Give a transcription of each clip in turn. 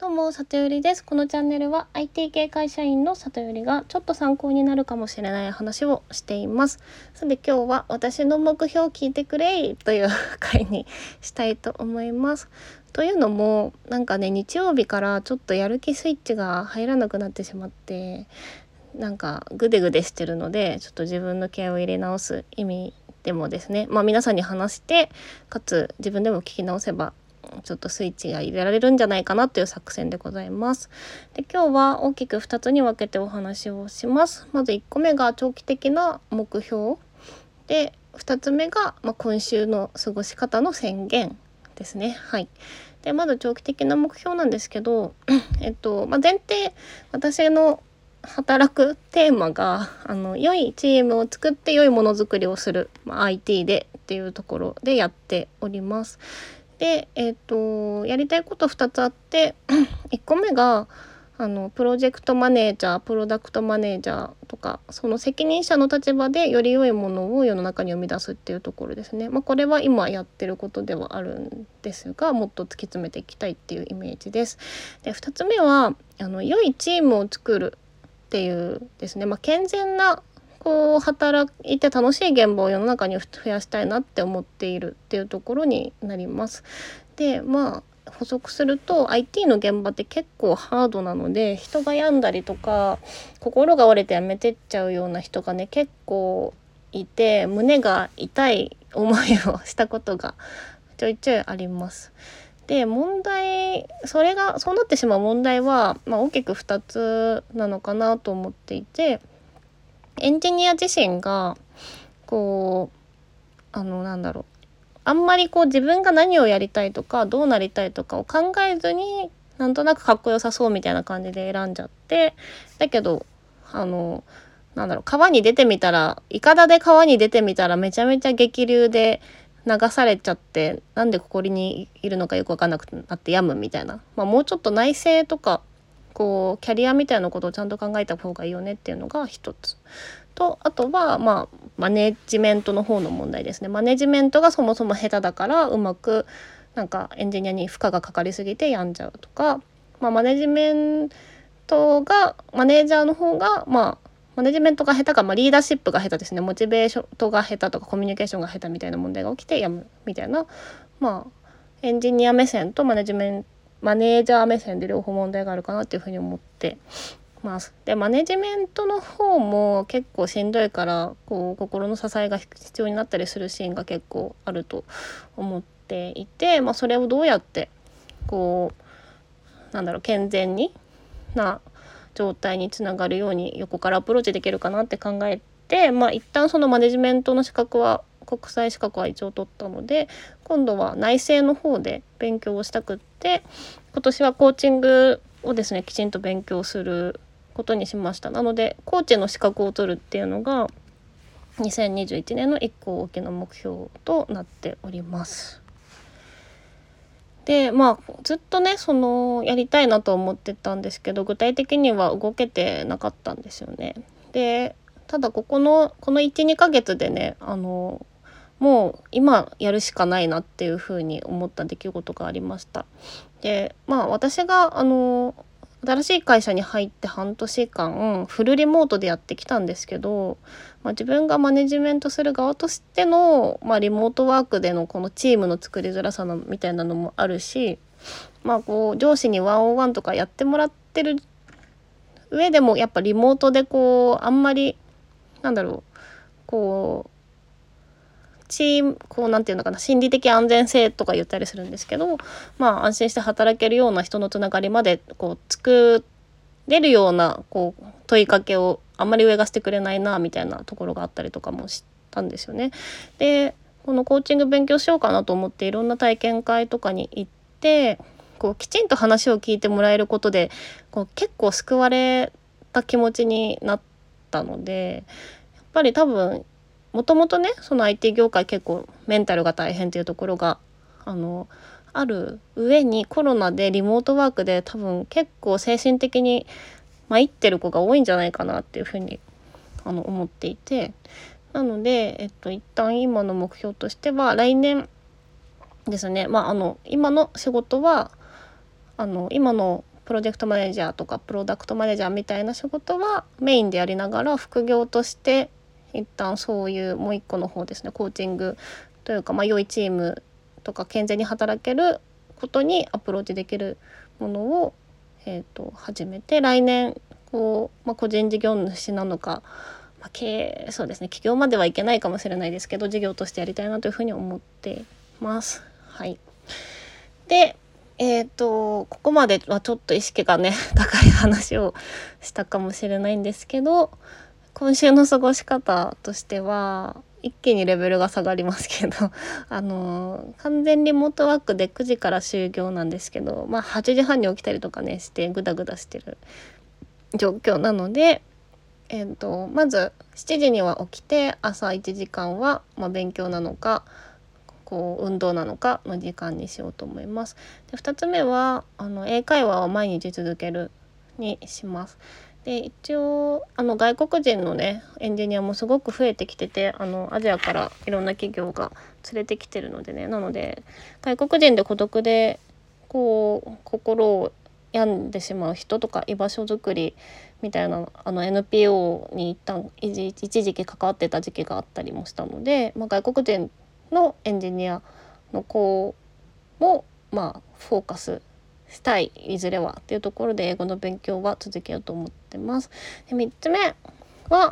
うも、里よりです。このチャンネルは IT 系会社員の里よりがちょっと参考になるかもしれない話をしています。さて今日は私の目標を聞いてくれという回にしたいと思います。というのも日曜日からちょっとやる気スイッチが入らなくなってしまってグデグデしてるので、ちょっと自分の気合を入れ直す意味でもですね、皆さんに話してかつ自分でも聞き直せばちょっとスイッチが入れられるんじゃないかなという作戦でございます。で、今日は大きく2つに分けてお話をします。まず1個目が長期的な目標で、2つ目が、今週の過ごし方の宣言ですね。はい。で、まず長期的な目標なんですけど前提、私の働くテーマが良いチームを作って良いものづくりをする、IT でっていうところでやっております。で、やりたいこと2つあって1個目がプロジェクトマネージャー、プロダクトマネージャーとか、その責任者の立場でより良いものを世の中に生み出すっていうところですね。これは今やってることではあるんですが、もっと突き詰めていきたいっていうイメージです。で、2つ目は良いチームを作るっていうですね、健全な働いて楽しい現場を世の中に増やしたいなって思っているっていうところになります。で、補足すると IT の現場って結構ハードなので、人が病んだりとか心が折れて辞めてっちゃうような人がね結構いて、胸が痛い思いをしたことがちょいちょいあります。で、そうなってしまう問題は、大きく2つなのかなと思っていて、エンジニア自身があんまり自分が何をやりたいとかどうなりたいとかを考えずに、なんとなくかっこよさそうみたいな感じで選んじゃって、だけど川に出てみたら、イカダで川に出てみたらめちゃめちゃ激流で流されちゃって、なんでここにいるのかよく分かんなくなって病むみたいな、もうちょっと内省とかキャリアみたいなことをちゃんと考えた方がいいよねっていうのが一つと、あとはマネジメントの方の問題ですね。マネジメントがそもそも下手だから、うまくエンジニアに負荷がかかりすぎて病んじゃうとか、マネジメントがマネージャーの方がマネジメントが下手か、リーダーシップが下手ですね。モチベーションが下手とかコミュニケーションが下手みたいな問題が起きて病むみたいな、エンジニア目線とマネージャー目線で両方問題があるかなっていうふうに思ってます。で、マネジメントの方も結構しんどいから、心の支えが必要になったりするシーンが結構あると思っていて、それをどうやって健全な状態につながるように横からアプローチできるかなって考えて、一旦そのマネジメントの国際資格は一応取ったので、今度は内政の方で勉強をしたくって、今年はコーチングをですねきちんと勉強することにしました。なのでコーチの資格を取るっていうのが2021年の1個大きな目標となっております。で、ずっとねやりたいなと思ってたんですけど、具体的には動けてなかったんですよね。で、ただこの 1,2 ヶ月でねもう今やるしかないなっていうふうに思った出来事がありました。で、私が新しい会社に入って半年間フルリモートでやってきたんですけど、自分がマネジメントする側としての、リモートワークでのこのチームの作りづらさみたいなのもあるし、上司にワンオンワンとかやってもらってる上でもやっぱリモートであんまりチームなんていうのかな、心理的安全性とか言ったりするんですけど、安心して働けるような人のつながりまで作れるような問いかけをあんまり上がしてくれないなみたいなところがあったりとかもしたんですよね。で、このコーチング勉強しようかなと思っていろんな体験会とかに行ってきちんと話を聞いてもらえることで結構救われた気持ちになったので、やっぱり多分もともとねその IT 業界結構メンタルが大変っていうところがある上に、コロナでリモートワークで多分結構精神的に参ってる子が多いんじゃないかなっていうふうに思っていて、なので一旦今の目標としては来年ですね、今の仕事は今のプロジェクトマネージャーとかプロダクトマネージャーみたいな仕事はメインでやりながら、副業として一旦そういうもう一個の方ですね、コーチングというか、良いチームとか健全に働けることにアプローチできるものを、始めて、来年個人事業主なのか、そうですね、起業まではいけないかもしれないですけど、事業としてやりたいなというふうに思ってます。はい。で、ここまではちょっと意識がね高い話をしたかもしれないんですけど、今週の過ごし方としては一気にレベルが下がりますけど完全リモートワークで9時から就業なんですけど、8時半に起きたりとかねしてグダグダしてる状況なので、まず7時には起きて、朝1時間は、勉強なのか運動なのかの時間にしようと思います。で、2つ目は英会話を毎日続けるにします。で、一応外国人のねエンジニアもすごく増えてきてて、アジアからいろんな企業が連れてきてるのでね、なので外国人で孤独で心を病んでしまう人とか、居場所づくりみたいなNPO に一時期関わってた時期があったりもしたので、外国人のエンジニアの子もフォーカスしたい、いずれはっていうところで英語の勉強は続けようと思ってます。で、3つ目は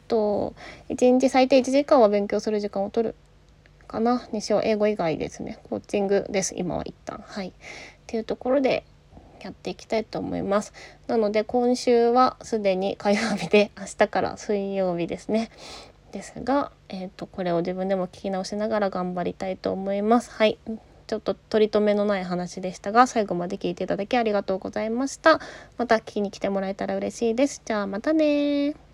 1日最低1時間は勉強する時間を取るかなにしよう。英語以外ですね、コーチングです今は一旦。はいっていうところでやっていきたいと思います。なので今週はすでに火曜日で、明日から水曜日ですねですが、これを自分でも聞き直しながら頑張りたいと思います。はい、ちょっと取り留めのない話でしたが、最後まで聞いていただきありがとうございました。また聞きに来てもらえたら嬉しいです。じゃあまたね。